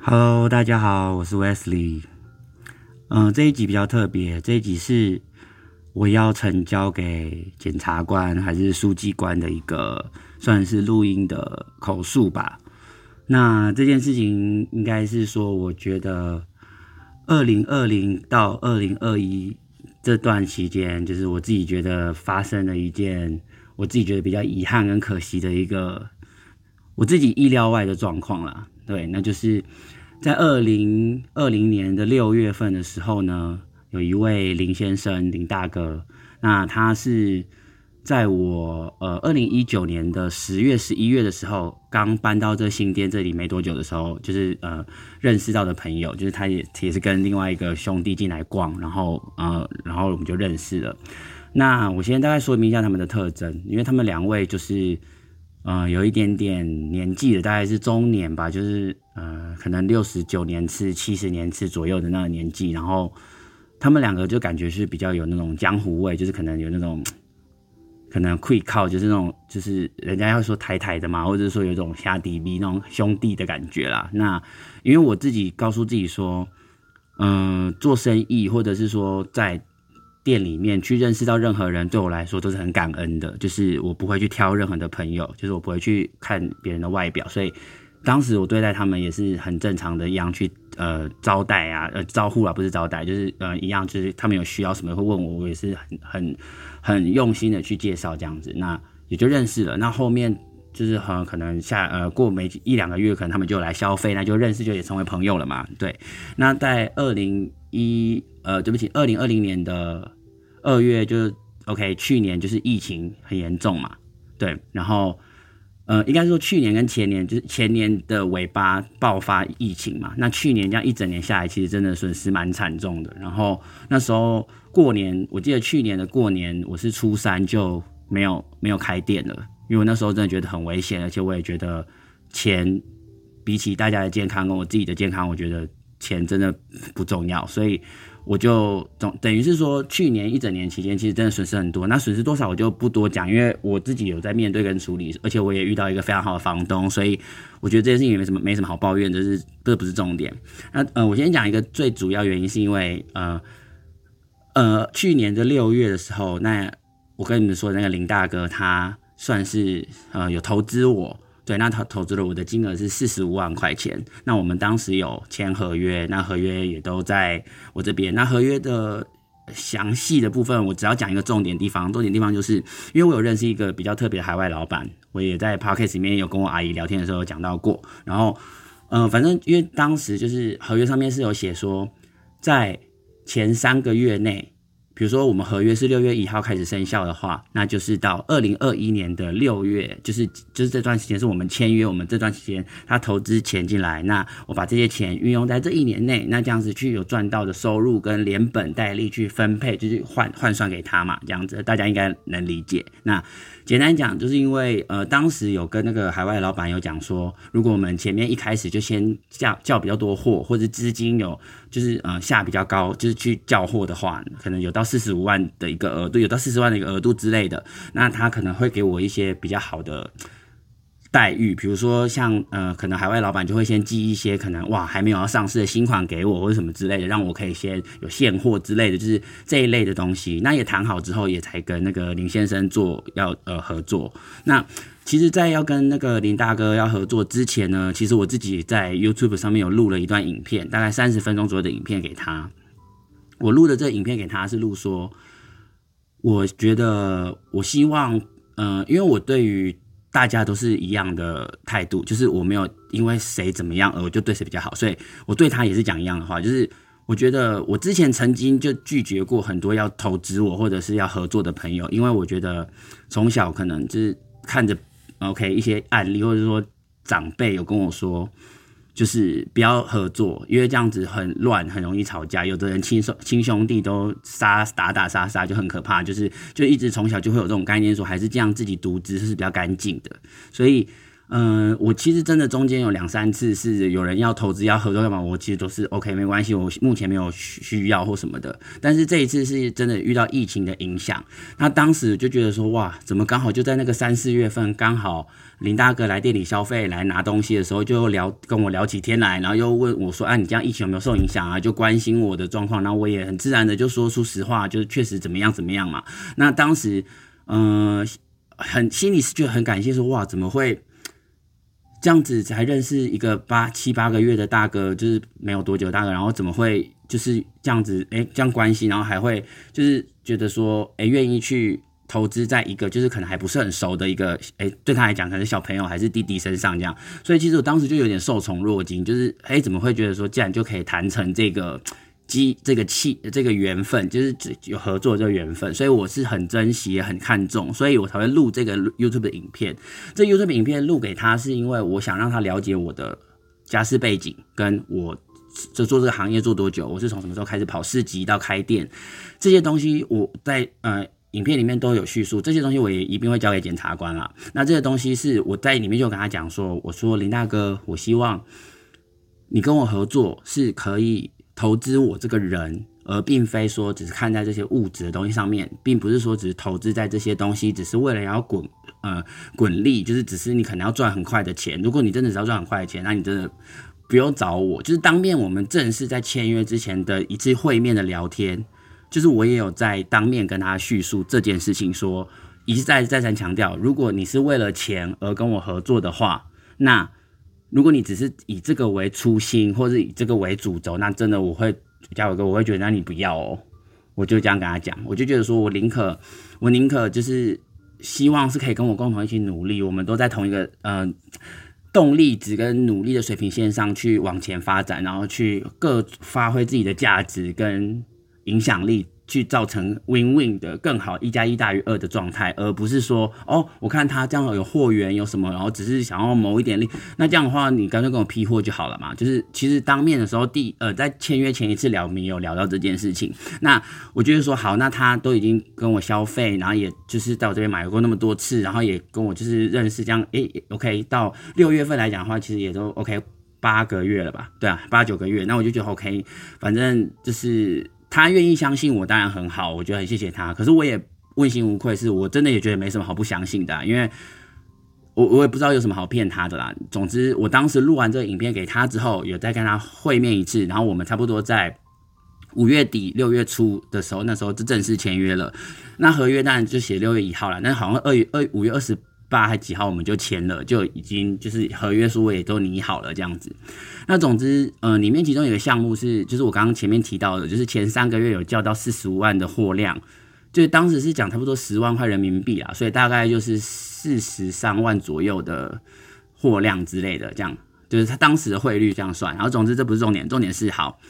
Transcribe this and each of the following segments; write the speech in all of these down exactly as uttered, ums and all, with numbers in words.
Hello，大家好，我是 Wesley。嗯、呃，这一集比较特别，这一集是我要呈交给检察官还是书记官的一个算是录音的口述吧。那这件事情应该是说，我觉得二零二零到二零二一这段期间，就是我自己觉得发生了一件我自己觉得比较遗憾跟可惜的一个我自己意料外的状况啦。对，那就是在二零二零年的六月份的时候呢，有一位林先生，林大哥，那他是在我呃二零一九年的十月、十一月的时候，刚搬到这新店这里没多久的时候，就是呃认识到的朋友，就是他也也是跟另外一个兄弟进来逛，然后呃然后我们就认识了。那我先大概说明一下他们的特征，因为他们两位就是。呃，有一点点年纪的，大概是中年吧，就是呃，可能六十九年次、七十年次左右的那个年纪。然后他们两个就感觉是比较有那种江湖味，就是可能有那种可能会靠，就是那种就是人家要说台台的嘛，或者是说有一种下底逼那种兄弟的感觉啦。那因为我自己告诉自己说，嗯、呃，做生意或者是说在店里面去认识到任何人，对我来说都是很感恩的。就是我不会去挑任何的朋友，就是我不会去看别人的外表，所以当时我对待他们也是很正常的一样去呃招待啊，呃招呼啊，不是招待，就是呃一样，就是他们有需要什么会问我，我也是很很很用心的去介绍这样子，那也就认识了。那后面就是很可能下呃过没一两个月，可能他们就来消费，那就认识就也成为朋友了嘛。对，那在二零一呃对不起，二零二零年的二月就是 OK， 去年就是疫情很严重嘛，对，然后呃应该说去年跟前年就是前年的尾巴爆发疫情嘛，那去年这样一整年下来，其实真的损失蛮惨重的。然后那时候过年，我记得去年的过年我是初三就没有没有开店了，因为我那时候真的觉得很危险，而且我也觉得钱比起大家的健康跟我自己的健康，我觉得钱真的不重要，所以我就等于是说，去年一整年期间，其实真的损失很多。那损失多少我就不多讲，因为我自己有在面对跟处理，而且我也遇到一个非常好的房东，所以我觉得这件事情也没什么没什么好抱怨，就是这不是重点。那呃，我先讲一个最主要原因，是因为呃呃，去年的六月的时候，那我跟你们说的那个林大哥，他算是呃有投资我。对，那他投资了我的金额是四十五万块钱。那我们当时有签合约，那合约也都在我这边。那合约的详细的部分，我只要讲一个重点地方。重点地方就是，因为我有认识一个比较特别的海外老板，我也在 podcast 里面有跟我阿姨聊天的时候有讲到过。然后，呃，反正因为当时就是合约上面是有写说，在前三个月内。比如说我们合约是六月一号开始生效的话，那就是到二零二一年的六月，就是就是这段时间是我们签约，我们这段时间他投资钱进来，那我把这些钱运用在这一年内，那这样子去有赚到的收入跟连本带利去分配，就是换换算给他嘛，这样子大家应该能理解。那简单讲，就是因为呃当时有跟那个海外的老板有讲说，如果我们前面一开始就先叫叫比较多货，或者资金有就是呃下比较高，就是去叫货的话，可能有到四十五万的一个额度，有到四十万的一个额度之类的，那他可能会给我一些比较好的待遇，比如说像呃，可能海外老板就会先寄一些可能哇还没有要上市的新款给我，或者什么之类的，让我可以先有现货之类的，就是这一类的东西。那也谈好之后，也才跟那个林先生做要呃合作。那其实，在要跟那个林大哥要合作之前呢，其实我自己在 YouTube 上面有录了一段影片，大概三十分钟左右的影片给他。我录的这个影片给他是录说，我觉得我希望，呃，因为我对于大家都是一样的态度，就是我没有因为谁怎么样而我就对谁比较好，所以我对他也是讲一样的话，就是我觉得我之前曾经就拒绝过很多要投资我或者是要合作的朋友，因为我觉得从小可能就是看着 OK 一些案例，或者说长辈有跟我说，就是不要合作，因为这样子很乱，很容易吵架。有的人亲亲兄弟都杀打打杀杀，就很可怕。就是就一直从小就会有这种概念说，还是这样自己独资是比较干净的。所以嗯、呃，我其实真的中间有两三次是有人要投资要合作干嘛，我其实都是 OK 没关系，我目前没有需要或什么的。但是这一次是真的遇到疫情的影响，那当时就觉得说哇，怎么刚好就在那个三四月份，刚好林大哥来店里消费来拿东西的时候，就聊跟我聊起天来，然后又问我说啊，你这样疫情有没有受影响啊？就关心我的状况，然后我也很自然的就说出实话，就是确实怎么样怎么样嘛。那当时嗯、呃，很心里是觉得很感谢说哇，怎么会？这样子才认识一个八七八个月的大哥，就是没有多久的大哥，然后怎么会就是这样子，哎，这样关系，然后还会就是觉得说，哎，愿意去投资在一个就是可能还不是很熟的一个，哎，对他来讲可能是小朋友还是弟弟身上这样，所以其实我当时就有点受宠若惊，就是哎，怎么会觉得说，既然就可以谈成这个。基这个气这个缘分，就是有合作这个缘分，所以我是很珍惜也很看重，所以我才会录这个 YouTube 的影片。这 YouTube 影片录给他，是因为我想让他了解我的家世背景，跟我就做这个行业做多久，我是从什么时候开始跑市集到开店，这些东西我在呃影片里面都有叙述，这些东西我也一定会交给检察官啦。那这些东西是我在里面就跟他讲说，我说林大哥，我希望你跟我合作是可以。投资我这个人，而并非说只是看在这些物质的东西上面，并不是说只是投资在这些东西，只是为了要滚呃滚利，就是只是你可能要赚很快的钱。如果你真的只要赚很快的钱，那你真的不用找我。就是当面我们正式在签约之前的一次会面的聊天，就是我也有在当面跟他叙述这件事情说，说一再再三强调，如果你是为了钱而跟我合作的话，那如果你只是以这个为初心，或是以这个为主轴，那真的我会嘉伟哥，我会觉得那你不要哦，我就这样跟他讲，我就觉得说我宁可我宁可就是希望是可以跟我共同一起努力，我们都在同一个呃动力值跟努力的水平线上去往前发展，然后去各发挥自己的价值跟影响力。去造成 win-win 的更好一加一大于二的状态，而不是说哦，我看他这样有货源有什么，然后只是想要谋一点利，那这样的话，你干脆跟我批货就好了嘛。就是其实当面的时候，第呃在签约前一次聊，我们也有聊到这件事情。那我觉得说好，那他都已经跟我消费，然后也就是在我这边买过那么多次，然后也跟我就是认识这样，诶 ，OK， 到六月份来讲的话，其实也都 OK 八个月了吧？对啊，八九个月，那我就觉得 OK， 反正就是。他愿意相信我，当然很好，我觉得很谢谢他。可是我也问心无愧，是我真的也觉得没什么好不相信的、啊，因为我我也不知道有什么好骗他的啦。总之，我当时录完这个影片给他之后，有再跟他会面一次，然后我们差不多在五月底六月初的时候，那时候就正式签约了。那合约当然就写六月一号了，但好像二月二五月二十八还几号我们就签了，就已经就是合约书也都拟好了这样子。那总之，呃，里面其中有一个项目是，就是我刚刚前面提到的，就是前三个月有叫到四十五万的货量，就是当时是讲差不多十万块人民币啦，所以大概就是四十三万左右的货量之类的，这样就是他当时的汇率这样算。然后总之这不是重点，重点是好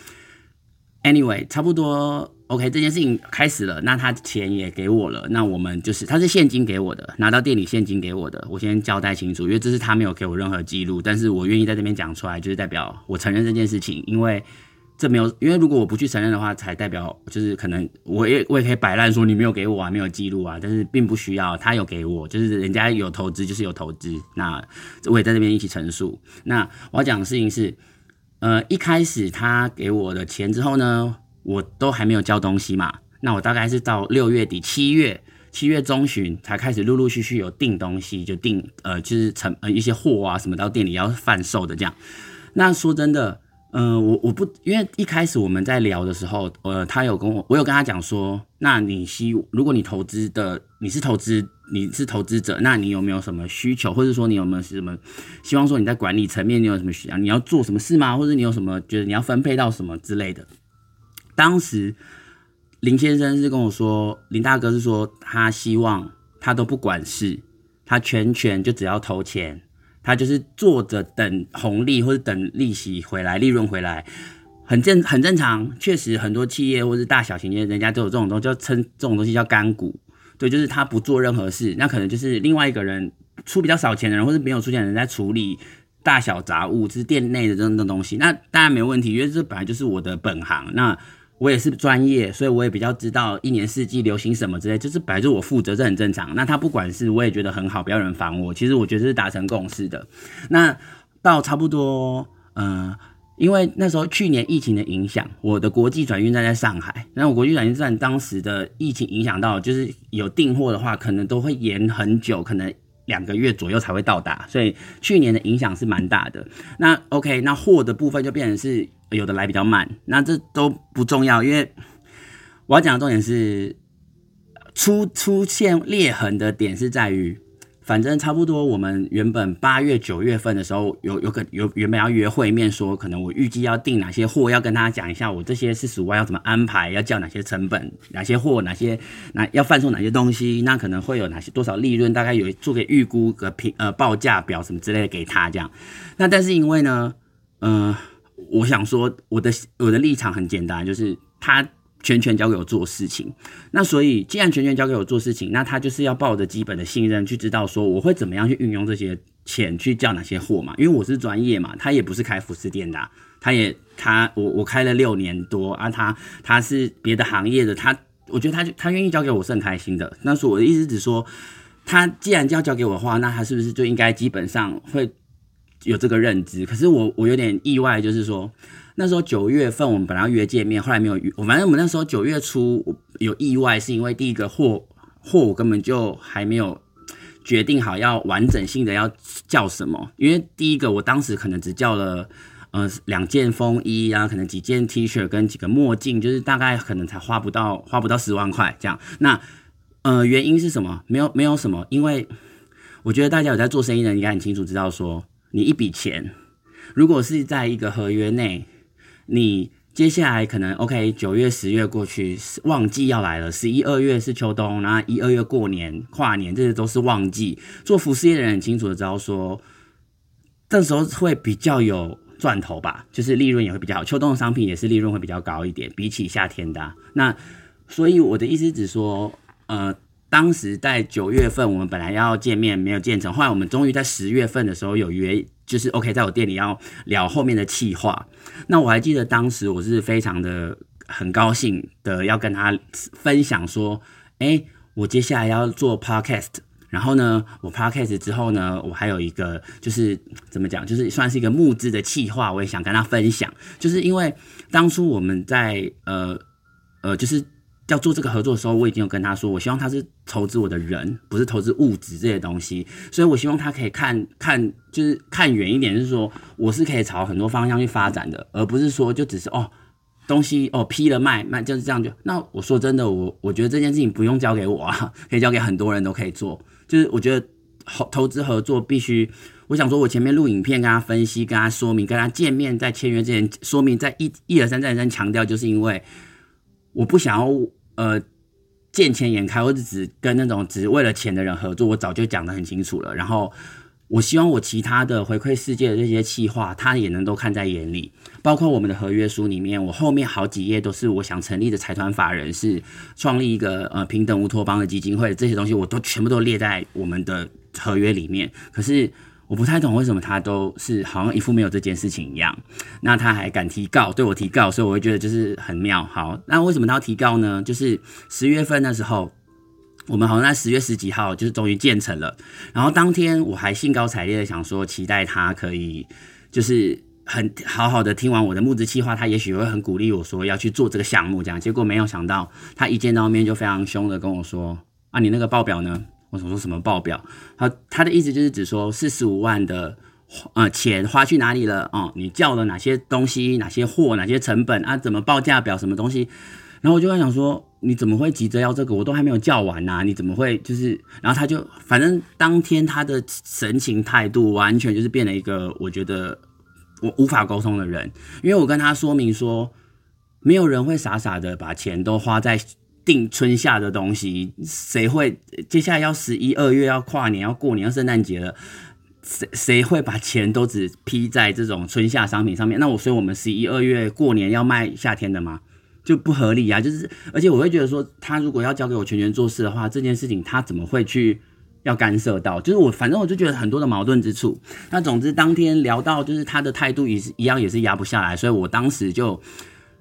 ，anyway， 差不多 OK， 这件事情开始了，那他钱也给我了，那我们就是他是现金给我的，拿到店里现金给我的，我先交代清楚，因为这是他没有给我任何记录，但是我愿意在这边讲出来，就是代表我承认这件事情，因为这没有，因为如果我不去承认的话，才代表就是可能我也我也可以摆烂说你没有给我啊，没有记录啊，但是并不需要，他有给我，就是人家有投资就是有投资，那我也在这边一起陈述。那我要讲的事情是，呃，一开始他给我的钱之后呢，我都还没有交东西嘛，那我大概是到六月底七月七月中旬才开始陆陆续续有订东西，就订呃就是成呃一些货啊什么到店里要贩售的这样。那说真的，嗯、呃，我我不因为一开始我们在聊的时候，呃，他有跟我我有跟他讲说，那你希如果你投资的你是投资你是投资者，那你有没有什么需求，或者说你有没有什么希望说你在管理层面你有什么需要，你要做什么事吗？或者你有什么觉得你要分配到什么之类的？当时林先生是跟我说，林大哥是说他希望他都不管事，他全权就只要投钱，他就是坐着等红利或者等利息回来，利润回来，很正很正常。确实很多企业或是大小型业，人家都有这种东西，叫称这种东西叫干股。对，就是他不做任何事，那可能就是另外一个人出比较少钱的人，或是没有出钱的人在处理大小杂物，就是店内的这种东西。那当然没问题，因为这本来就是我的本行。那我也是专业，所以我也比较知道一年四季流行什么之类，就是本来就是我负责，这很正常。那他不管事，我也觉得很好，不要有人烦我。其实我觉得是达成共识的。那到差不多，呃，因为那时候去年疫情的影响，我的国际转运站在上海，那我国际转运站当时的疫情影响到，就是有订货的话，可能都会延很久，可能两个月左右才会到达，所以去年的影响是蛮大的。那 OK， 那货的部分就变成是有的来比较慢，那这都不重要，因为我要讲的重点是出出现裂痕的点是在于，反正差不多我们原本八月九月份的时候有有可有原本要约会面说，可能我预计要订哪些货，要跟他讲一下我这些四十五万要怎么安排，要叫哪些成本，哪些货，哪些哪要贩售哪些东西，那可能会有哪些多少利润，大概有做个预估个评呃报价表什么之类的给他这样。那但是因为呢，呃，我想说我的我的立场很简单，就是他全权交给我做事情，那所以既然全权交给我做事情，那他就是要抱着基本的信任去知道说我会怎么样去运用这些钱去叫哪些货嘛，因为我是专业嘛，他也不是开服饰店的、啊，他也他我我开了六年多啊，他他是别的行业的，他我觉得他他愿意交给我是很开心的。那所以我的意思只说，他既然要交给我的话，那他是不是就应该基本上会有这个认知？可是我我有点意外，就是说。那时候九月份我们本来要约见面，后来没有约。反正我们那时候九月初有意外，是因为第一个货货我根本就还没有决定好要完整性的要叫什么，因为第一个我当时可能只叫了呃两件风衣啊，可能几件 T 恤跟几个墨镜，就是大概可能才花不到花不到十万块这样。那呃原因是什么？没有没有什么，因为我觉得大家有在做生意的人应该很清楚知道说，你一笔钱如果是在一个合约内。你接下来可能 OK， 九月、十月过去，旺季要来了，十一、二月是秋冬，然后一、二月过年、跨年，这些都是旺季。做服饰业的人很清楚的知道说，这时候会比较有赚头吧，就是利润也会比较好。秋冬的商品也是利润会比较高一点，比起夏天的、啊。那所以我的意思只说，呃。当时在九月份，我们本来要见面，没有见成。后来我们终于在十月份的时候有约，就是 OK， 在我店里要聊后面的企划。那我还记得当时我是非常的很高兴的要跟他分享说，哎，我接下来要做 podcast。然后呢，我 podcast 之后呢，我还有一个就是怎么讲，就是算是一个募资的企划，我也想跟他分享。就是因为当初我们在呃呃，就是。要做这个合作的时候，我已经有跟他说，我希望他是投资我的人，不是投资物质这些东西。所以我希望他可以看看，就是看远一点，就是说我是可以朝很多方向去发展的，而不是说就只是哦东西哦批了卖卖就是这样就。那我说真的，我我觉得这件事情不用交给我啊，可以交给很多人都可以做。就是我觉得投资合作必须，我想说我前面录影片跟他分析，跟他说明，跟他见面在签约之前说明，在一一而三再而三强调，就是因为我不想要。呃，见钱眼开，或者只跟那种只为了钱的人合作，我早就讲得很清楚了。然后，我希望我其他的回馈世界的这些企划，他也能都看在眼里。包括我们的合约书里面，我后面好几页都是我想成立的财团法人，是创立一个呃平等乌托邦的基金会，这些东西我都全部都列在我们的合约里面。可是。我不太懂为什么他都是好像一副没有这件事情一样，那他还敢提告，对我提告，所以我会觉得就是很妙。好，那为什么他要提告呢？就是十月份的时候，我们好像在十月十几号就是终于建成了，然后当天我还兴高采烈的想说，期待他可以就是很好好的听完我的募资计划，他也许会很鼓励我说要去做这个项目这样。结果没有想到，他一见到面就非常凶的跟我说：“啊，你那个报表呢？”我说什么报表？他他的意思就是指说四十五万的呃钱花去哪里了？哦，你叫了哪些东西、哪些货、哪些成本啊？怎么报价表什么东西？然后我就在想说，你怎么会急着要这个？我都还没有叫完啊！你怎么会就是？然后他就反正当天他的神情态度完全就是变了一个我觉得我无法沟通的人，因为我跟他说明说，没有人会傻傻的把钱都花在。定春夏的东西，谁会接下来要十一二月要跨年要过年要圣诞节了，谁谁会把钱都只批在这种春夏商品上面？那我所以我们十一二月过年要卖夏天的吗？就不合理啊！就是而且我会觉得说，他如果要交给我全权做事的话，这件事情他怎么会去要干涉到？就是我反正我就觉得很多的矛盾之处。那总之当天聊到就是他的态度也是一样也是压不下来，所以我当时就。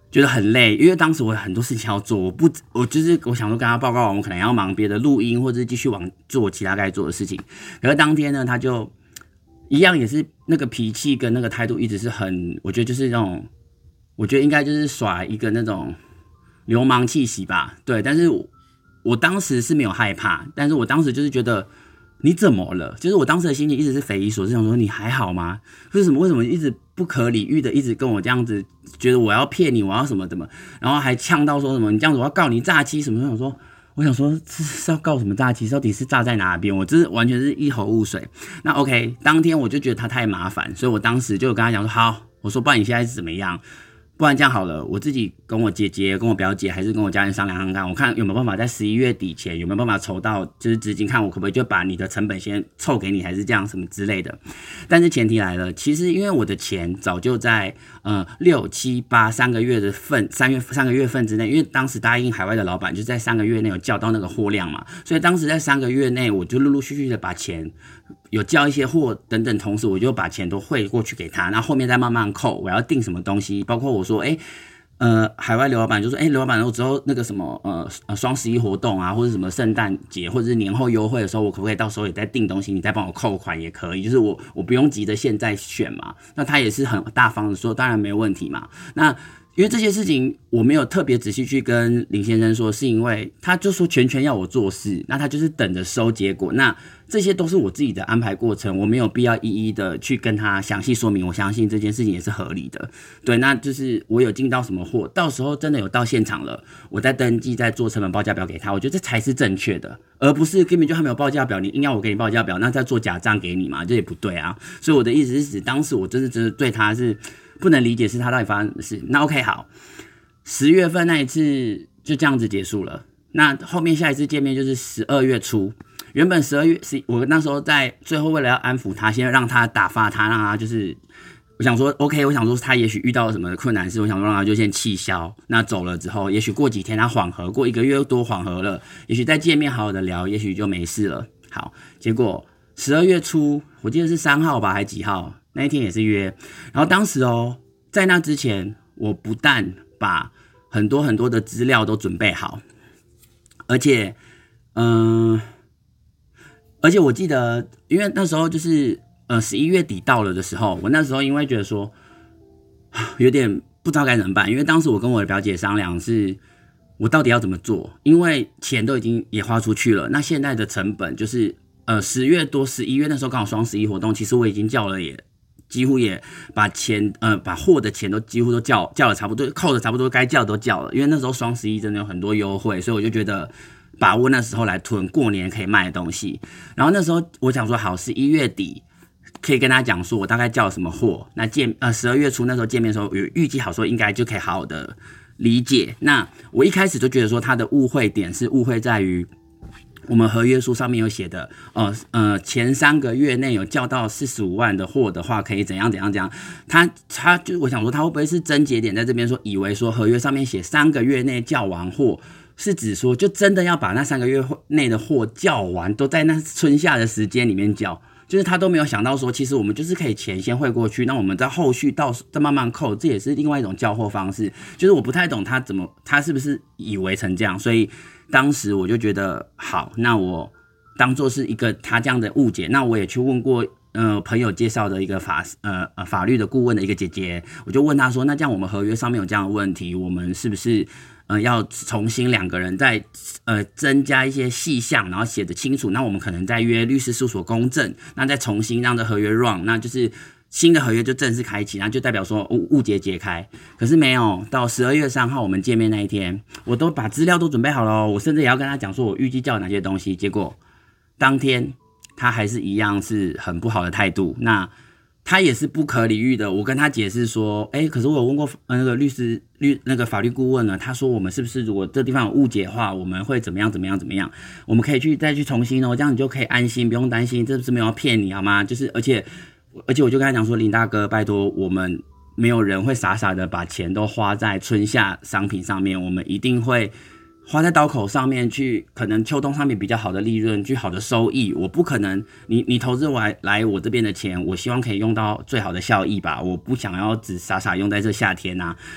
觉得很累，因为当时我有很多事情要做，我不，我就是我想说跟他报告完，我可能要忙别的录音，或者是继续往做其他该做的事情。可是当天呢，他就一样也是那个脾气跟那个态度一直是很，我觉得就是那种，我觉得应该就是耍一个那种流氓气息吧，对。但是我，我当时是没有害怕，但是我当时就是觉得。你怎么了？就是我当时的心情一直是匪夷所思，想说你还好吗？为什么为什么一直不可理喻的一直跟我这样子，觉得我要骗你，我要什么怎么，然后还呛到说什么你这样子我要告你诈欺什么？我想说，我想说是是要告什么诈欺？到底是诈在哪边？我这是完全是一头雾水。那 OK， 当天我就觉得他太麻烦，所以我当时就跟他讲说，好，我说不然你现在是怎么样？不然这样好了，我自己跟我姐姐、跟我表姐，还是跟我家人商量看看，我看有没有办法在十一月底前有没有办法筹到就是资金，看我可不可以就把你的成本先凑给你，还是这样什么之类的。但是前提来了，其实因为我的钱早就在呃六七八三个月的份，三月三个月份之内，因为当时答应海外的老板就在三个月内有叫到那个货量嘛，所以当时在三个月内我就陆陆续续的把钱。有交一些货等等，同时我就把钱都汇过去给他，那后面再慢慢扣。我要订什么东西，包括我说，哎、欸，呃，海外刘老板就说，哎、欸，刘老板，我之后那个什么，呃呃，双十一活动啊，或者什么圣诞节或者是年后优惠的时候，我可不可以到时候也再订东西，你再帮我扣款也可以，就是我我不用急着现在选嘛。那他也是很大方的说，当然没问题嘛。那因为这些事情我没有特别仔细去跟林先生说，是因为他就说全权要我做事，那他就是等着收结果。那这些都是我自己的安排过程，我没有必要一一的去跟他详细说明。我相信这件事情也是合理的，对。那就是我有进到什么货，到时候真的有到现场了，我再登记，再做成本报价表给他。我觉得这才是正确的，而不是根本就还没有报价表，你硬要我给你报价表，那再做假账给你嘛，这也不对啊。所以我的意思是指，当时我真的真的对他是不能理解，是他到底发生什么事。那 OK 好，十月份那一次就这样子结束了。那后面下一次见面就是十二月初。原本十二月，我那时候在最后为了要安抚他，先让他打发他，让他就是，我想说 OK， 我想说他也许遇到了什么困难事，我想说让他就先气消。那走了之后，也许过几天他缓和，过一个月多缓和了，也许再见面好好的聊，也许就没事了。好，结果十二月初，我记得是三号吧，还几号？那一天也是约。然后当时哦，在那之前，我不但把很多很多的资料都准备好，而且，嗯、呃。而且我记得，因为那时候就是呃十一月底到了的时候，我那时候因为觉得说有点不知道该怎么办，因为当时我跟我的表姐商量是，我到底要怎么做，因为钱都已经也花出去了，那现在的成本就是呃十月多十一月那时候刚好双十一活动，其实我已经叫了也几乎也把钱呃把货的钱都几乎都叫叫了差不多，扣的差不多该叫的都叫了，因为那时候双十一真的有很多优惠，所以我就觉得。把握那时候来囤过年可以卖的东西，然后那时候我想说好，十一月底可以跟他讲说我大概叫什么货，那见呃十二月初那时候见面的时候有预计好说应该就可以好好的理解。那我一开始就觉得说他的误会点是误会在于我们合约书上面有写的，呃呃前三个月内有叫到四十五万的货的话，可以怎样怎样怎样。他他就我想说他会不会是症结点在这边说，以为说合约上面写三个月内叫完货。是指说，就真的要把那三个月内的货叫完，都在那春夏的时间里面叫，就是他都没有想到说，其实我们就是可以钱先汇过去，那我们在后续到再慢慢扣，这也是另外一种叫货方式。就是我不太懂他怎么，他是不是以为成这样，所以当时我就觉得好，那我当做是一个他这样的误解，那我也去问过。呃，朋友介绍的一个法呃呃法律的顾问的一个姐姐，我就问她说，那这样我们合约上面有这样的问题，我们是不是呃要重新两个人再呃增加一些细项，然后写得清楚？那我们可能再约律师事务所公证，那再重新让这合约 run， 那就是新的合约就正式开启，那就代表说误误解解开。可是没有，到十二月三号我们见面那一天，我都把资料都准备好了，我甚至也要跟他讲说我预计叫哪些东西，结果当天。他还是一样是很不好的态度，那他也是不可理喻的。我跟他解释说，哎、欸，可是我有问过那个律师律那个法律顾问呢，他说我们是不是如果这地方有误解的话，我们会怎么样怎么样怎么样，我们可以去再去重新哦，这样你就可以安心，不用担心，这不是没有要骗你好吗？就是而且而且我就跟他讲说，林大哥，拜托我们没有人会傻傻的把钱都花在春夏商品上面，我们一定会。花在刀口上面去，可能秋冬上面比较好的利润，去好的收益，我不可能，你你投资我来来我这边的钱，我希望可以用到最好的效益吧，我不想要只傻傻用在这夏天啊。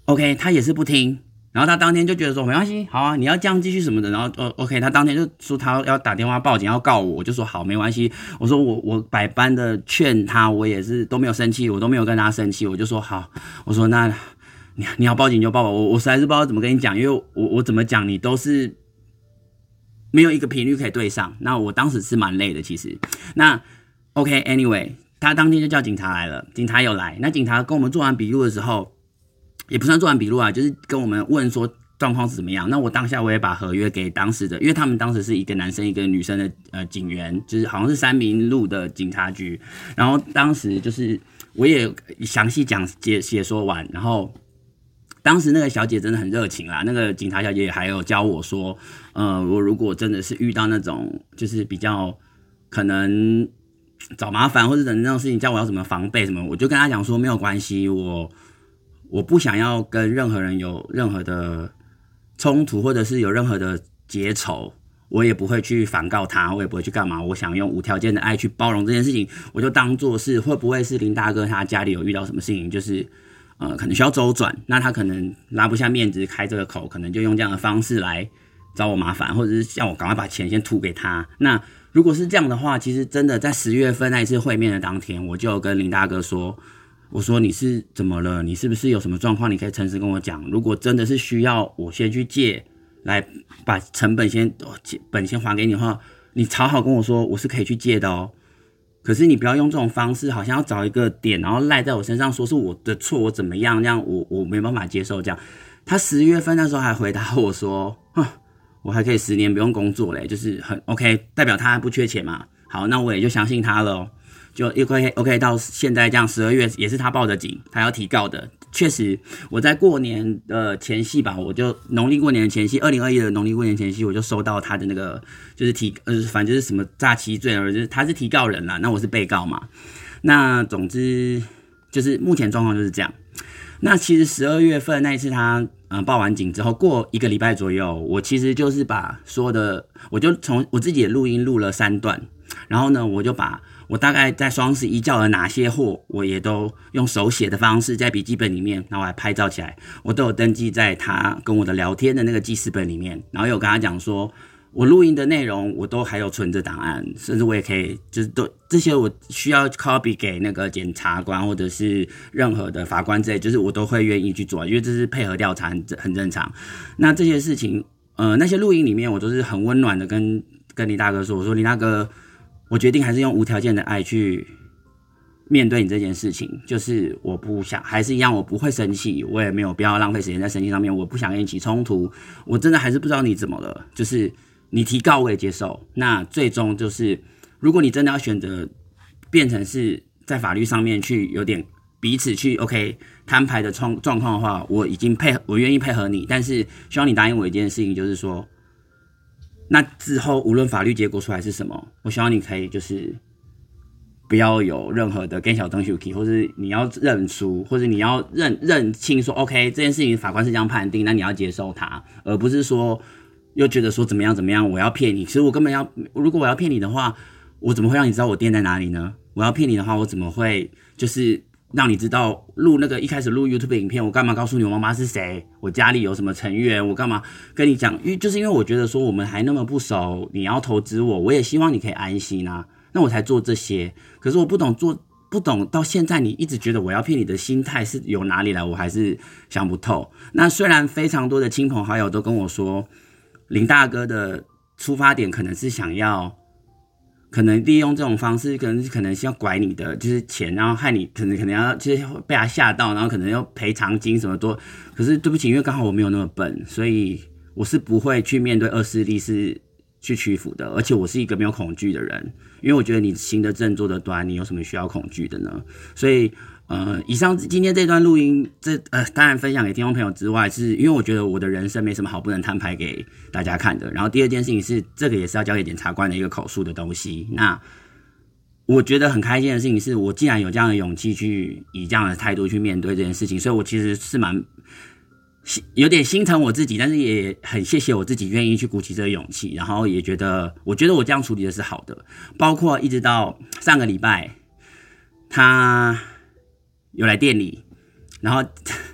OK， 他也是不听。然后他当天就觉得说没关系，好啊，你要这样继续什么的。然后哦 OK， 他当天就说他要打电话报警要告我，我就说好没关系。我说我我百般的劝他，我也是都没有生气，我都没有跟他生气，我就说好，我说那你你要报警就报吧，我我实在是不知道怎么跟你讲，因为我我怎么讲你都是没有一个频率可以对上。那我当时是蛮累的，其实那 OK，anyway， 他当天就叫警察来了，警察有来，那警察跟我们做完笔录的时候。也不算做完笔录啊，就是跟我们问说状况是怎么样。那我当下我也把合约给当时的，因为他们当时是一个男生一个女生的呃警员，就是好像是三民路的警察局。然后当时就是我也详细讲解解说完，然后当时那个小姐真的很热情啦，那个警察小姐还有教我说，呃，我如果真的是遇到那种就是比较可能找麻烦或者等那种事情，叫我要怎么防备什么，我就跟他讲说没有关系，我。我不想要跟任何人有任何的冲突，或者是有任何的结仇，我也不会去反告他，我也不会去干嘛。我想用无条件的爱去包容这件事情，我就当做是会不会是林大哥他家里有遇到什么事情，就是呃可能需要周转，那他可能拉不下面子开这个口，可能就用这样的方式来找我麻烦，或者是叫我赶快把钱先吐给他。那如果是这样的话，其实真的在十月份那一次会面的当天，我就跟林大哥说。我说你是怎么了？你是不是有什么状况？你可以诚实跟我讲。如果真的是需要我先去借，来把成本先本先还给你的话，你好好跟我说，我是可以去借的哦。可是你不要用这种方式，好像要找一个点，然后赖在我身上，说是我的错，我怎么样？这样我我没办法接受这样。他十月份那时候还回答我说，哼，我还可以十年不用工作嘞，就是很 OK， 代表他不缺钱嘛。好，那我也就相信他了哦。就 OK OK 到现在这样，十二月也是他报的警，他要提告的。确实，我在过年的前夕吧，我就农历过年的前夕，二零二一的农历过年前夕，我就收到他的那个就是提呃，反正就是什么诈欺罪，就是他是提告人啦，那我是被告嘛。那总之就是目前状况就是这样。那其实十二月份那一次他呃报完警之后，过一个礼拜左右，我其实就是把所有的，我就从我自己的录音录了三段，然后呢，我就把。我大概在双十一叫了哪些货，我也都用手写的方式在笔记本里面，然后还拍照起来，我都有登记在他跟我的聊天的那个记事本里面，然后有跟他讲说，我录音的内容我都还有存着档案，甚至我也可以就是都这些我需要 copy 给那个检察官或者是任何的法官之类，就是我都会愿意去做，因为这是配合调查很很正常。那这些事情，呃，那些录音里面我都是很温暖的跟跟林大哥说，我说林大哥。我决定还是用无条件的爱去面对你这件事情，就是我不想，还是一样，我不会生气，我也没有必要浪费时间在生气上面，我不想跟你起冲突，我真的还是不知道你怎么了，就是你提告我也接受，那最终就是，如果你真的要选择变成是在法律上面去有点彼此去 OK 摊牌的状状况的话，我已经配合，我愿意配合你，但是希望你答应我一件事情，就是说。那之后无论法律结果出来是什么，我希望你可以就是不要有任何的跟小东西，或是你要认输，或者你要认认清说 OK 这件事情法官是这样判定，那你要接受它，而不是说又觉得说怎么样怎么样，我要骗你。其实我根本要，如果我要骗你的话，我怎么会让你知道我店在哪里呢？我要骗你的话，我怎么会就是让你知道录那个一开始录 YouTube 影片，我干嘛告诉你我妈妈是谁，我家里有什么成员，我干嘛跟你讲？因为就是因为我觉得说我们还那么不熟，你要投资我，我也希望你可以安心啊，那我才做这些。可是我不懂做，不懂到现在你一直觉得我要骗你的心态是由哪里来，我还是想不透。那虽然非常多的亲朋好友都跟我说，林大哥的出发点可能是想要。可能利用这种方式，可能可能是要拐你的就是钱，然后害你可能可能要就是被他吓到，然后可能要赔偿金什么多。可是对不起，因为刚好我没有那么笨，所以我是不会去面对恶势力是去屈服的。而且我是一个没有恐惧的人，因为我觉得你行得正坐得端，你有什么需要恐惧的呢？所以呃，以上今天这段录音，这呃当然分享给听众朋友之外，是因为我觉得我的人生没什么好不能摊牌给大家看的。然后第二件事情是，这个也是要交给检察官的一个口述的东西。那我觉得很开心的事情是，我既然有这样的勇气去以这样的态度去面对这件事情，所以我其实是蛮有点心疼我自己，但是也很谢谢我自己愿意去鼓起这个勇气，然后也觉得我觉得我这样处理的是好的。包括一直到上个礼拜，他有来店里，然后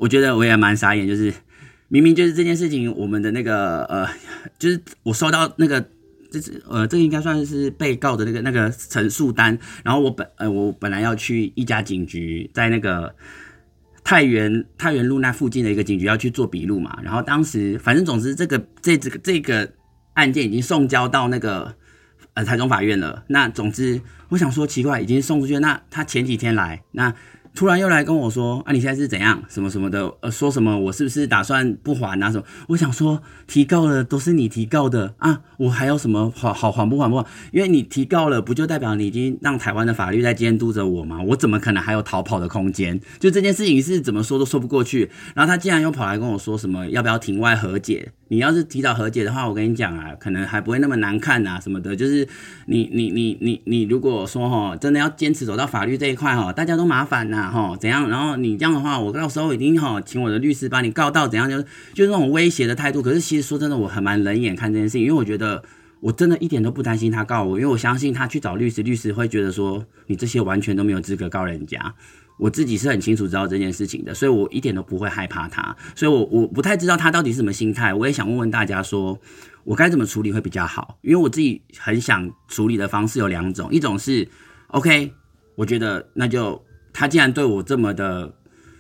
我觉得我也蛮傻眼，就是明明就是这件事情，我们的那个呃，就是我收到那个。这是呃，这个应该算是被告的那个那个陈述单，然后我本呃我本来要去一家警局，在那个太原太原路那附近的一个警局要去做笔录嘛，然后当时反正总之这个这这个这个案件已经送交到那个呃台中法院了，那总之我想说奇怪，已经送出去了，那他前几天来那。突然又来跟我说啊，你现在是怎样什么什么的，呃，说什么我是不是打算不还啊什么？我想说提告了都是你提告的啊，我还有什么好好还不还不还？因为你提告了，不就代表你已经让台湾的法律在监督着我吗？我怎么可能还有逃跑的空间？就这件事情是怎么说都说不过去。然后他竟然又跑来跟我说什么要不要庭外和解？你要是提早和解的话，我跟你讲啊，可能还不会那么难看啊什么的。就是你你你你你如果说齁，真的要坚持走到法律这一块齁，大家都麻烦呐齁，怎样？然后你这样的话，我到时候一定齁，请我的律师把你告到怎样，就就是那种威胁的态度。可是其实说真的，我很蛮冷眼看这件事情，因为我觉得我真的一点都不担心他告我，因为我相信他去找律师，律师会觉得说你这些完全都没有资格告人家。我自己是很清楚知道这件事情的，所以我一点都不会害怕他，所以我我不太知道他到底是什么心态，我也想问问大家说，我该怎么处理会比较好？因为我自己很想处理的方式有两种，一种是 OK， 我觉得那就他既然对我这么的，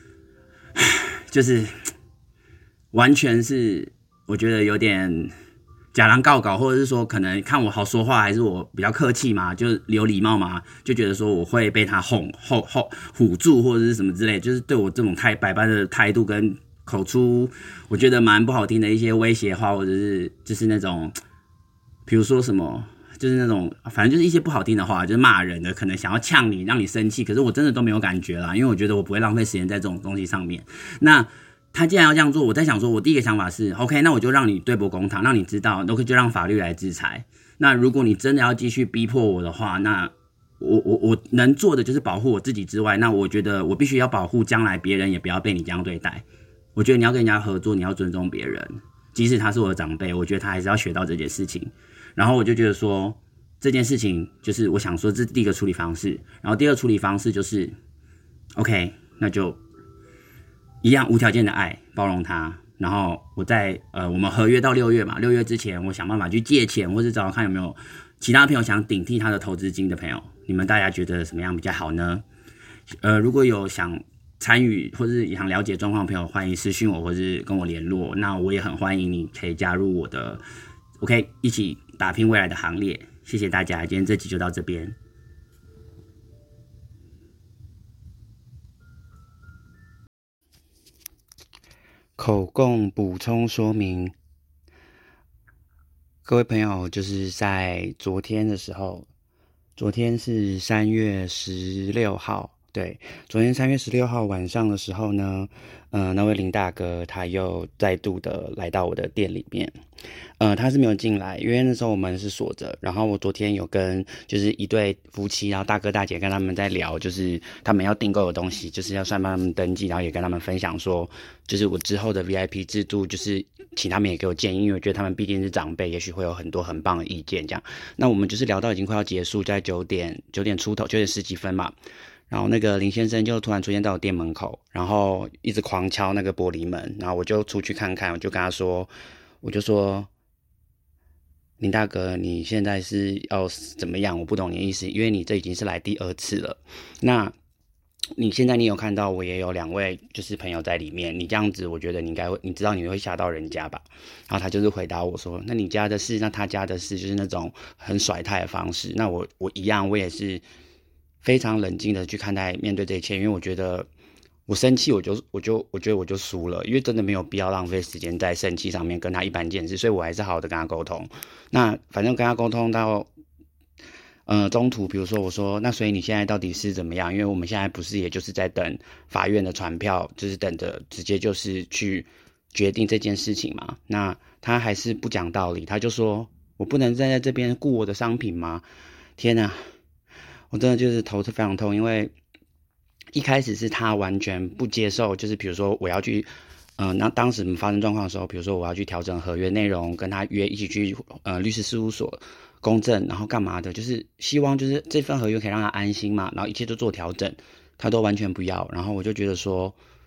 就是完全是我觉得有点。假狼告稿，或者是说可能看我好说话，还是我比较客气嘛，就有礼貌嘛，就觉得说我会被他哄哄哄唬住，或者是什么之类，就是对我这种太百般的态度跟口出，我觉得蛮不好听的一些威胁话，或者是就是那种，比如说什么，就是那种反正就是一些不好听的话，就是骂人的，可能想要呛你，让你生气，可是我真的都没有感觉啦，因为我觉得我不会浪费时间在这种东西上面。那他既然要这样做，我在想说，我第一个想法是 ，OK， 那我就让你对簿公堂，让你知道，都就让法律来制裁。那如果你真的要继续逼迫我的话，那我我我能做的就是保护我自己之外，那我觉得我必须要保护将来别人也不要被你这样对待。我觉得你要跟人家合作，你要尊重别人，即使他是我的长辈，我觉得他还是要学到这件事情。然后我就觉得说，这件事情就是我想说，这是第一个处理方式。然后第二个处理方式就是 ，OK， 那就。一样无条件的爱，包容他。然后我在呃，我们合约到六月嘛，六月之前，我想办法去借钱，或是找找看有没有其他朋友想顶替他的投资金的朋友。你们大家觉得什么样比较好呢？呃，如果有想参与或是想了解状况的朋友，欢迎私讯我，或是跟我联络。那我也很欢迎你可以加入我的 ，OK， 一起打拼未来的行列。谢谢大家，今天这集就到这边。口供补充说明，各位朋友，就是在昨天的时候，昨天是三月十六号，对，昨天三月十六号晚上的时候呢，呃，那位林大哥他又再度的来到我的店里面，呃，他是没有进来，因为那时候我们是锁着。然后我昨天有跟就是一对夫妻，然后大哥大姐跟他们在聊，就是他们要订购的东西，就是要算帮他们登记，然后也跟他们分享说，就是我之后的 V I P 制度，就是请他们也给我建议，因为我觉得他们毕竟是长辈，也许会有很多很棒的意见这样。那我们就是聊到已经快要结束，在九点九点出头，九点十几分嘛。然后那个林先生就突然出现在我店门口，然后一直狂敲那个玻璃门，然后我就出去看看，我就跟他说，我就说，林大哥，你现在是要怎么样？我不懂你的意思，因为你这已经是来第二次了。那你现在你有看到我也有两位就是朋友在里面，你这样子，我觉得你应该会，你知道你会吓到人家吧？然后他就是回答我说，那你家的事，那他家的事，就是那种很甩态的方式。那我我一样，我也是非常冷静的去看待面对这一切，因为我觉得我生气我就我就我觉得我就输了，因为真的没有必要浪费时间在生气上面跟他一般见识，所以我还是好好的跟他沟通。那反正跟他沟通到呃中途，比如说我说那所以你现在到底是怎么样？因为我们现在不是也就是在等法院的传票，就是等着直接就是去决定这件事情嘛。那他还是不讲道理，他就说我不能站在这边顾我的商品吗？天哪！我真的就是头是非常痛，因为一开始是他完全不接受，就是比如说我要去，呃，那当时发生状况的时候，比如说我要去调整合约内容，跟他约一起去呃律师事务所公证，然后干嘛的，就是希望就是这份合约可以让他安心嘛，然后一切都做调整，他都完全不要，然后我就觉得说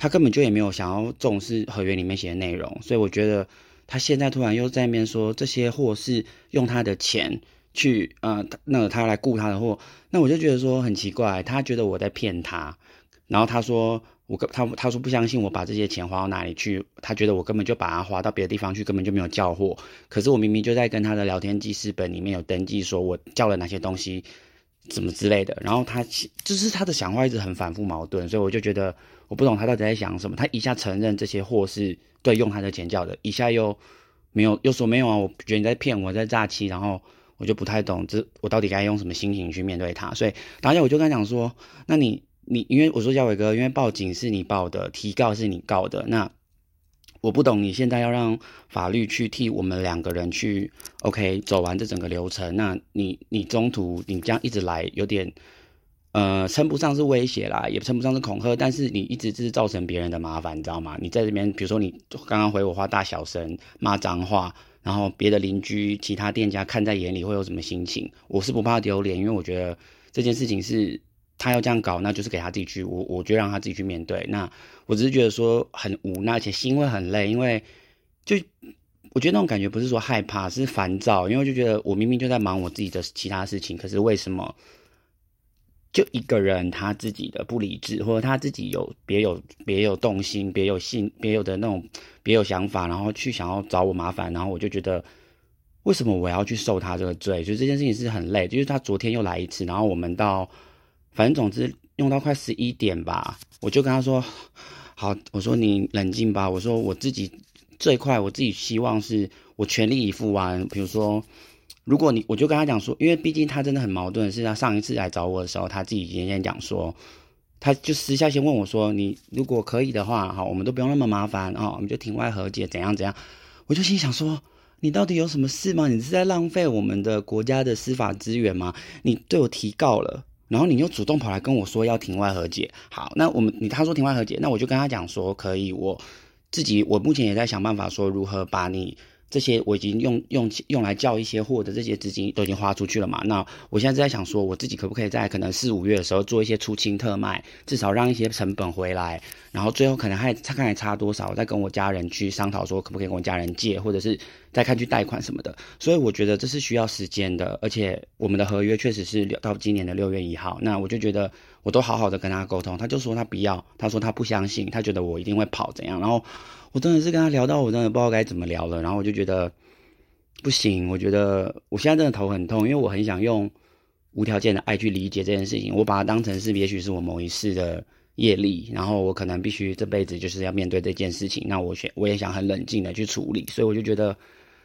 他根本就也没有想要重视合约里面写的内容，所以我觉得他现在突然又在那边说这些货是用他的钱去呃，那个他来雇他的货，那我就觉得说很奇怪，他觉得我在骗他，然后他说我他他说不相信我把这些钱花到哪里去，他觉得我根本就把它花到别的地方去，根本就没有叫货，可是我明明就在跟他的聊天记事本里面有登记说我叫了哪些东西怎么之类的，然后他就是他的想法一直很反复矛盾，所以我就觉得我不懂他到底在想什么，他一下承认这些货是对用他的钱叫的，一下又没有又说没有啊，我觉得你在骗我，在诈欺，然后我就不太懂这我到底该用什么心情去面对他，所以当下我就跟他讲说，那你你因为我说小伟哥，因为报警是你报的，提告是你告的，那我不懂你现在要让法律去替我们两个人去 OK 走完这整个流程，那你你中途你这样一直来有点呃称不上是威胁啦，也称不上是恐吓，但是你一直就是造成别人的麻烦，你知道吗？你在这边比如说你刚刚回我话大小声骂脏话，然后别的邻居其他店家看在眼里会有什么心情？我是不怕丢脸，因为我觉得这件事情是他要这样搞，那就是给他自己去，我我就让他自己去面对。那我只是觉得说很无奈，而且心会很累，因为就我觉得那种感觉不是说害怕，是烦躁，因为我就觉得我明明就在忙我自己的其他事情，可是为什么就一个人他自己的不理智，或者他自己有别有别有动心，别有性，别有的那种别有想法，然后去想要找我麻烦，然后我就觉得为什么我要去受他这个罪？就这件事情是很累，就是他昨天又来一次，然后我们到反正总之用到快十一点吧，我就跟他说好，我说你冷静吧，我说我自己最快我自己希望是我全力以赴完，比如说如果你我就跟他讲说，因为毕竟他真的很矛盾，是他上一次来找我的时候他自己今天讲说，他就私下先问我说，你如果可以的话，好，我们都不用那么麻烦啊，我们就庭外和解怎样怎样，我就心想说你到底有什么事吗？你是在浪费我们的国家的司法资源吗？你对我提告了，然后你又主动跑来跟我说要庭外和解，好，那我们你他说庭外和解，那我就跟他讲说可以，我自己我目前也在想办法说如何把你这些我已经用用用来叫一些货的这些资金都已经花出去了嘛，那我现在在想说我自己可不可以在可能四五月的时候做一些出清特卖，至少让一些成本回来，然后最后可能还看还差多少，我再跟我家人去商讨说可不可以跟我家人借，或者是再看去贷款什么的，所以我觉得这是需要时间的，而且我们的合约确实是到今年的六月一号，那我就觉得我都好好的跟他沟通，他就说他不要，他说他不相信，他觉得我一定会跑怎样，然后我真的是跟他聊到我真的不知道该怎么聊了，然后我就觉得不行，我觉得我现在真的头很痛，因为我很想用无条件的爱去理解这件事情，我把它当成是也许是我某一世的业力，然后我可能必须这辈子就是要面对这件事情，那我选我也想很冷静的去处理，所以我就觉得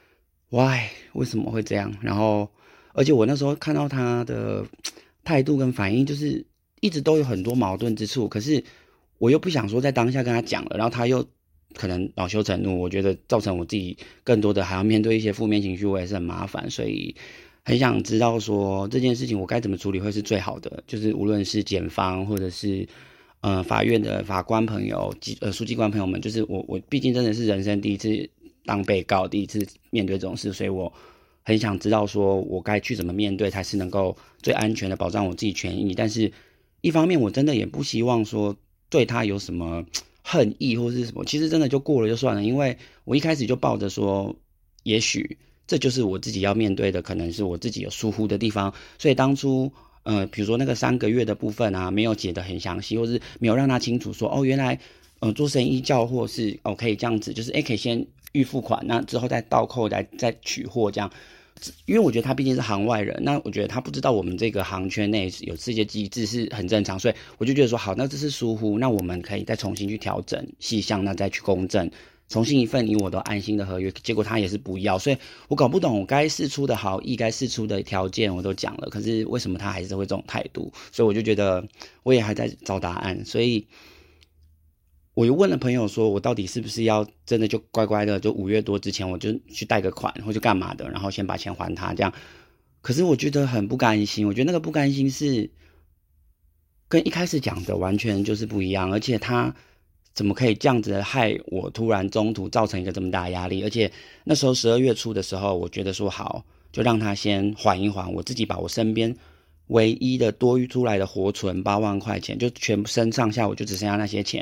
why 为什么会这样，然后而且我那时候看到他的态度跟反应就是一直都有很多矛盾之处，可是我又不想说在当下跟他讲了，然后他又可能恼羞成怒，我觉得造成我自己更多的还要面对一些负面情绪，我也是很麻烦，所以很想知道说这件事情我该怎么处理会是最好的，就是无论是检方或者是呃法院的法官朋友、呃书记官朋友们，就是我我毕竟真的是人生第一次当被告，第一次面对这种事，所以我很想知道说我该去怎么面对才是能够最安全的保障我自己权益，但是一方面我真的也不希望说对他有什么恨意或是什么，其实真的就过了就算了，因为我一开始就抱着说也许这就是我自己要面对的，可能是我自己有疏忽的地方，所以当初呃比如说那个三个月的部分啊没有解得很详细，或是没有让他清楚说哦原来呃做生意叫货是哦可以这样子，就是诶可以先预付款，那之后再倒扣再再取货这样，因为我觉得他毕竟是行外人，那我觉得他不知道我们这个行圈内有这些机制是很正常，所以我就觉得说好，那这是疏忽，那我们可以再重新去调整细项，那再去公证，重新一份你我都安心的合约，结果他也是不要，所以我搞不懂我该释出的好意，该释出的条件我都讲了，可是为什么他还是会这种态度，所以我就觉得我也还在找答案，所以我又问了朋友说我到底是不是要真的就乖乖的就五月多之前我就去贷个款或者干嘛的，然后先把钱还他这样，可是我觉得很不甘心，我觉得那个不甘心是跟一开始讲的完全就是不一样，而且他怎么可以这样子害我突然中途造成一个这么大的压力，而且那时候十二月初的时候我觉得说好就让他先缓一缓，我自己把我身边唯一的多余出来的活存八万块钱就全部身上下我就只剩下那些钱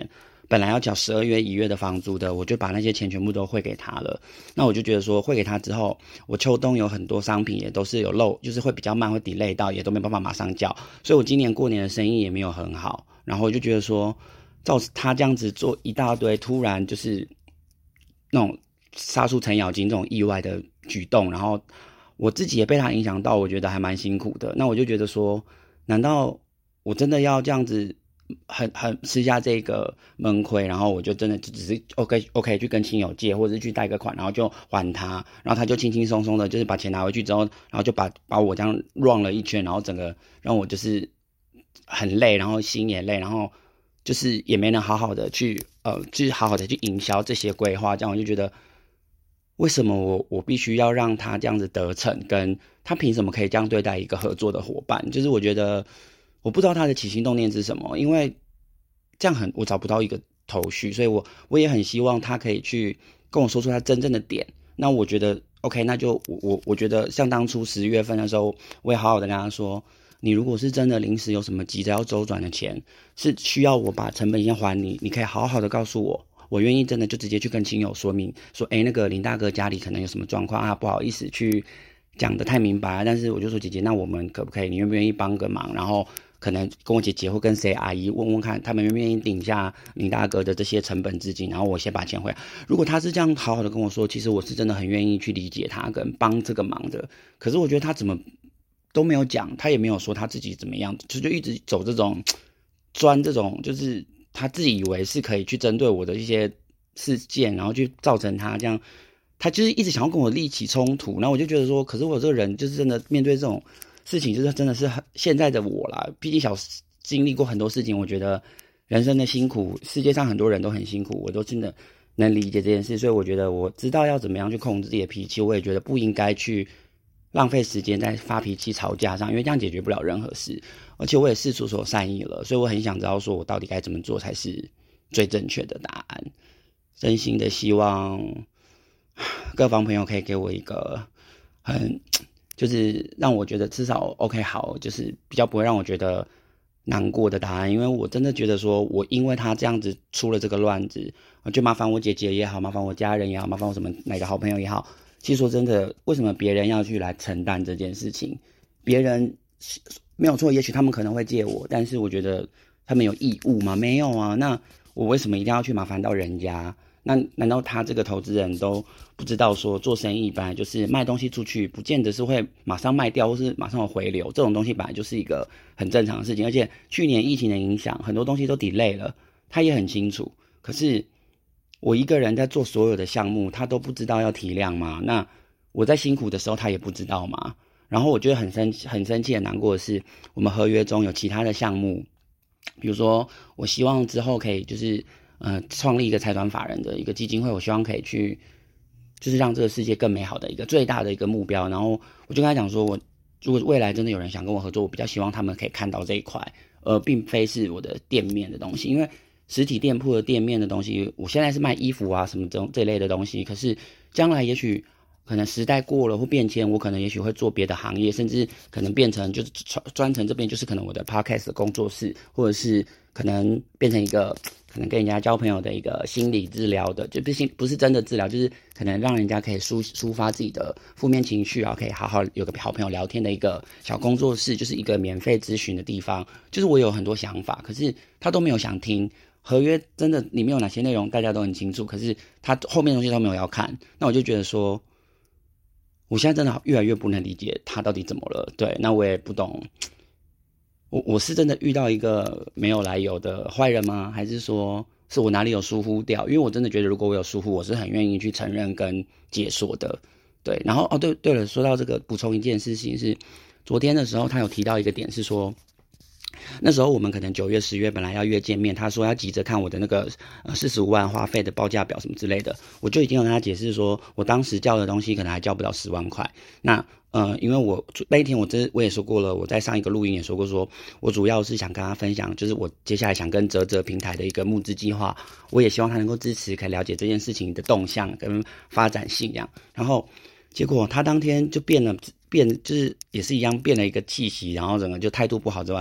本来要缴十二月一月的房租的，我就把那些钱全部都汇给他了。那我就觉得说汇给他之后，我秋冬有很多商品也都是有漏，就是会比较慢，会 delay 到，也都没办法马上缴，所以我今年过年的生意也没有很好。然后我就觉得说，照他这样子做一大堆，突然就是那种杀出程咬金这种意外的举动，然后我自己也被他影响到，我觉得还蛮辛苦的。那我就觉得说，难道我真的要这样子很很吃下这个闷亏，然后我就真的就只是 OK OK 去跟亲友借，或者是去贷个款，然后就还他，然后他就轻轻松松的，就是把钱拿回去之后，然后就把把我这样 run 了一圈，然后整个让我就是很累，然后心也累，然后就是也没能好好的去呃，就是好好的去营销这些规划，这样我就觉得。为什么我我必须要让他这样子得逞？跟他凭什么可以这样对待一个合作的伙伴？就是我觉得我不知道他的起心动念是什么，因为这样很我找不到一个头绪，所以我我也很希望他可以去跟我说出他真正的点。那我觉得 OK， 那就我我我觉得像当初十月份的时候，我也好好的跟他说，你如果是真的临时有什么急着要周转的钱，是需要我把成本先还你，你可以好好的告诉我。我愿意真的就直接去跟亲友说明说，哎，那个林大哥家里可能有什么状况啊，不好意思去讲得太明白，但是我就说姐姐，那我们可不可以，你愿不愿意帮个忙？然后可能跟我姐姐或跟谁阿姨问问看，他们愿不愿意顶一下林大哥的这些成本资金，然后我先把钱回来。如果他是这样好好的跟我说，其实我是真的很愿意去理解他跟帮这个忙的。可是我觉得他怎么都没有讲，他也没有说他自己怎么样，就就一直走这种钻这种就是。他自己以为是可以去针对我的一些事件，然后去造成他这样，他就是一直想要跟我立起冲突。然后我就觉得说，可是我这个人就是真的面对这种事情，就是真的是很现在的我啦。毕竟小经历过很多事情，我觉得人生的辛苦，世界上很多人都很辛苦，我都真的能理解这件事。所以我觉得我知道要怎么样去控制自己的脾气，我也觉得不应该去浪费时间在发脾气、吵架上，因为这样解决不了任何事。而且我也试出所善意了，所以我很想知道说我到底该怎么做才是最正确的答案。真心的希望各方朋友可以给我一个很就是让我觉得至少 OK 好，就是比较不会让我觉得难过的答案。因为我真的觉得说我因为他这样子出了这个乱子，就麻烦我姐姐也好，麻烦我家人也好，麻烦我什么哪个好朋友也好，其实说真的，为什么别人要去来承担这件事情？别人没有错，也许他们可能会借我，但是我觉得他们有义务吗？没有啊。那我为什么一定要去麻烦到人家？那难道他这个投资人都不知道说做生意本来就是卖东西出去，不见得是会马上卖掉，或是马上有回流，这种东西本来就是一个很正常的事情。而且去年疫情的影响，很多东西都 delay 了，他也很清楚。可是我一个人在做所有的项目，他都不知道要体谅吗？那我在辛苦的时候，他也不知道吗？然后我觉得很生很生气、很难过的是，我们合约中有其他的项目，比如说，我希望之后可以就是呃创立一个财团法人的一个基金会，我希望可以去就是让这个世界更美好的一个最大的一个目标。然后我就跟他讲说，我如果未来真的有人想跟我合作，我比较希望他们可以看到这一块，而并非是我的店面的东西，因为实体店铺的店面的东西，我现在是卖衣服啊什么这种这类的东西，可是将来也许。可能时代过了或变迁，我可能也许会做别的行业，甚至可能变成就是专程这边就是可能我的 podcast 的工作室，或者是可能变成一个可能跟人家交朋友的一个心理治疗的，就不是不是真的治疗，就是可能让人家可以抒抒发自己的负面情绪啊，可以好好有个好朋友聊天的一个小工作室，就是一个免费咨询的地方。就是我有很多想法，可是他都没有想听。合约真的里面有哪些内容，大家都很清楚，可是他后面的东西都没有要看，那我就觉得说。我现在真的越来越不能理解他到底怎么了，对，那我也不懂，我我是真的遇到一个没有来由的坏人吗？还是说是我哪里有疏忽掉？因为我真的觉得如果我有疏忽，我是很愿意去承认跟解说的，对。然后哦，对对了，说到这个，补充一件事情是，昨天的时候他有提到一个点是说。那时候我们可能九月、十月本来要约见面，他说要急着看我的那个呃四十五万花费的报价表什么之类的，我就已经有跟他解释说，我当时交的东西可能还交不到十万块。那呃，因为我那一天我真我也说过了，我在上一个录音也说过说，我主要是想跟他分享，就是我接下来想跟泽泽平台的一个募资计划，我也希望他能够支持，可以了解这件事情的动向跟发展性这样。然后结果他当天就变了，变就是也是一样变了一个气息，然后整个就态度不好之外。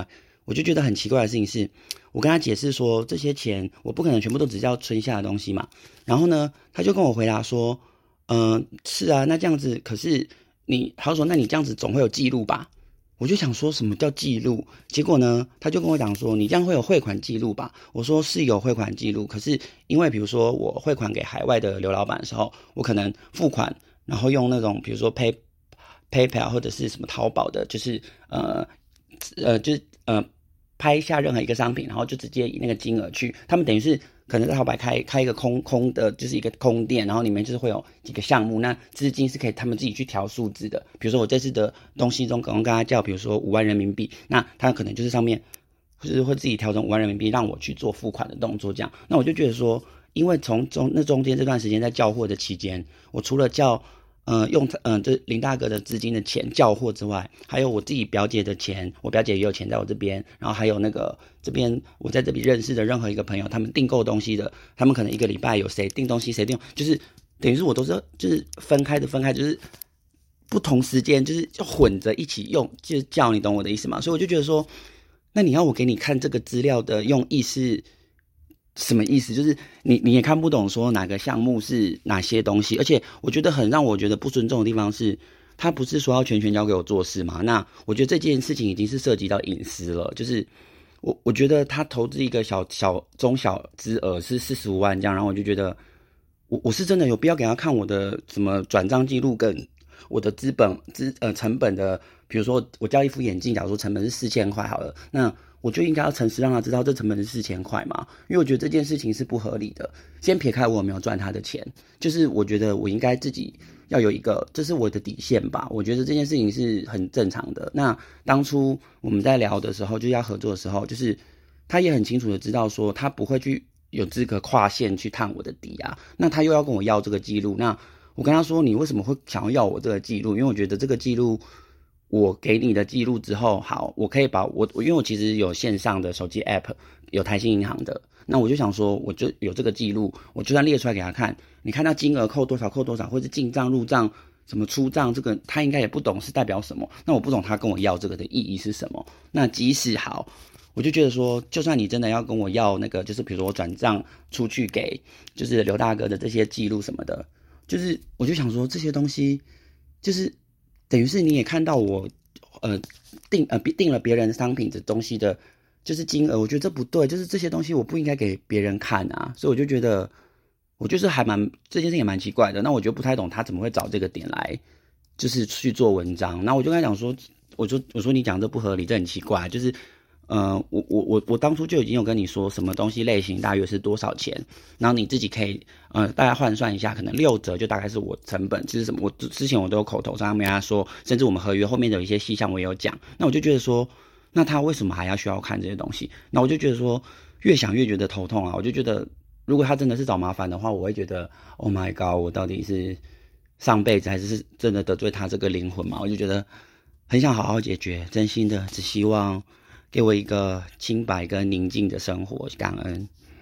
我就觉得很奇怪的事情是，我跟他解释说这些钱我不可能全部都只叫存下的东西嘛。然后呢，他就跟我回答说，嗯、呃，是啊，那这样子，可是你，他说那你这样子总会有记录吧？我就想说什么叫记录？结果呢，他就跟我讲说，你这样会有汇款记录吧？我说是有汇款记录，可是因为比如说我汇款给海外的刘老板的时候，我可能付款，然后用那种比如说 Pay PayPal 或者是什么淘宝的，就是呃呃就是呃拍下任何一个商品，然后就直接以那个金额去，他们等于是可能在淘宝开开一个空空的，就是一个空店，然后里面就是会有几个项目，那资金是可以他们自己去调数字的。比如说我这次的东西中，可能跟他叫，比如说五万人民币，那他可能就是上面就是会自己调整五万人民币，让我去做付款的动作，这样。那我就觉得说，因为从中那中间这段时间在叫货的期间，我除了叫。呃，用嗯、呃，这林大哥的资金的钱叫货之外，还有我自己表姐的钱，我表姐也有钱在我这边，然后还有那个这边我在这里认识的任何一个朋友，他们订购东西的，他们可能一个礼拜有谁订东西谁订，就是等于是我都是就是分开的分开，就是不同时间就是混着一起用，就是叫你懂我的意思吗？所以我就觉得说，那你要我给你看这个资料的用意是？什么意思？就是你你也看不懂说哪个项目是哪些东西，而且我觉得很让我觉得不尊重的地方是，他不是说要全权交给我做事嘛？那我觉得这件事情已经是涉及到隐私了。就是我我觉得他投资一个小小中小资额是四十五万这样，然后我就觉得我我是真的有必要给他看我的什么转账记录跟我的资本资呃成本的，比如说我交一副眼镜，假如说成本是四千块好了，那。我就应该要诚实让他知道这成本是四千块嘛，因为我觉得这件事情是不合理的。先撇开我有没有赚他的钱，就是我觉得我应该自己要有一个，这是我的底线吧。我觉得这件事情是很正常的。那当初我们在聊的时候，就要合作的时候，就是他也很清楚的知道说他不会去有资格跨线去探我的底啊。那他又要跟我要这个记录，那我跟他说你为什么会想要要我这个记录？因为我觉得这个记录。我给你的记录之后，好，我可以把我，因为我其实有线上的手机 app， 有台新银行的，那我就想说，我就有这个记录，我就算列出来给他看，你看他金额扣多少扣多少，或是进账入账什么出账，这个他应该也不懂是代表什么，那我不懂他跟我要这个的意义是什么。那即使好，我就觉得说，就算你真的要跟我要那个，就是比如说我转账出去给就是刘大哥的这些记录什么的，就是我就想说这些东西就是。等于是你也看到我，呃，订呃订了别人的商品的东西的，就是金额，我觉得这不对，就是这些东西我不应该给别人看啊，所以我就觉得，我就是还蛮这件事情也蛮奇怪的，那我就不太懂他怎么会找这个点来，就是去做文章，那我就跟他讲说，我说我说你讲这不合理，这很奇怪，就是。呃，我我我我当初就已经有跟你说什么东西类型大约是多少钱，然后你自己可以呃大概换算一下，可能六折就大概是我成本，其实什么我之前我都有口头上面跟他说，甚至我们合约后面的一些细项我也有讲，那我就觉得说，那他为什么还要需要看这些东西？那我就觉得说，越想越觉得头痛啊，我就觉得如果他真的是找麻烦的话，我会觉得 Oh my god， 我到底是上辈子还是真的得罪他这个灵魂嘛？我就觉得很想好好解决，真心的只希望。给我一个清白跟宁静的生活，感恩。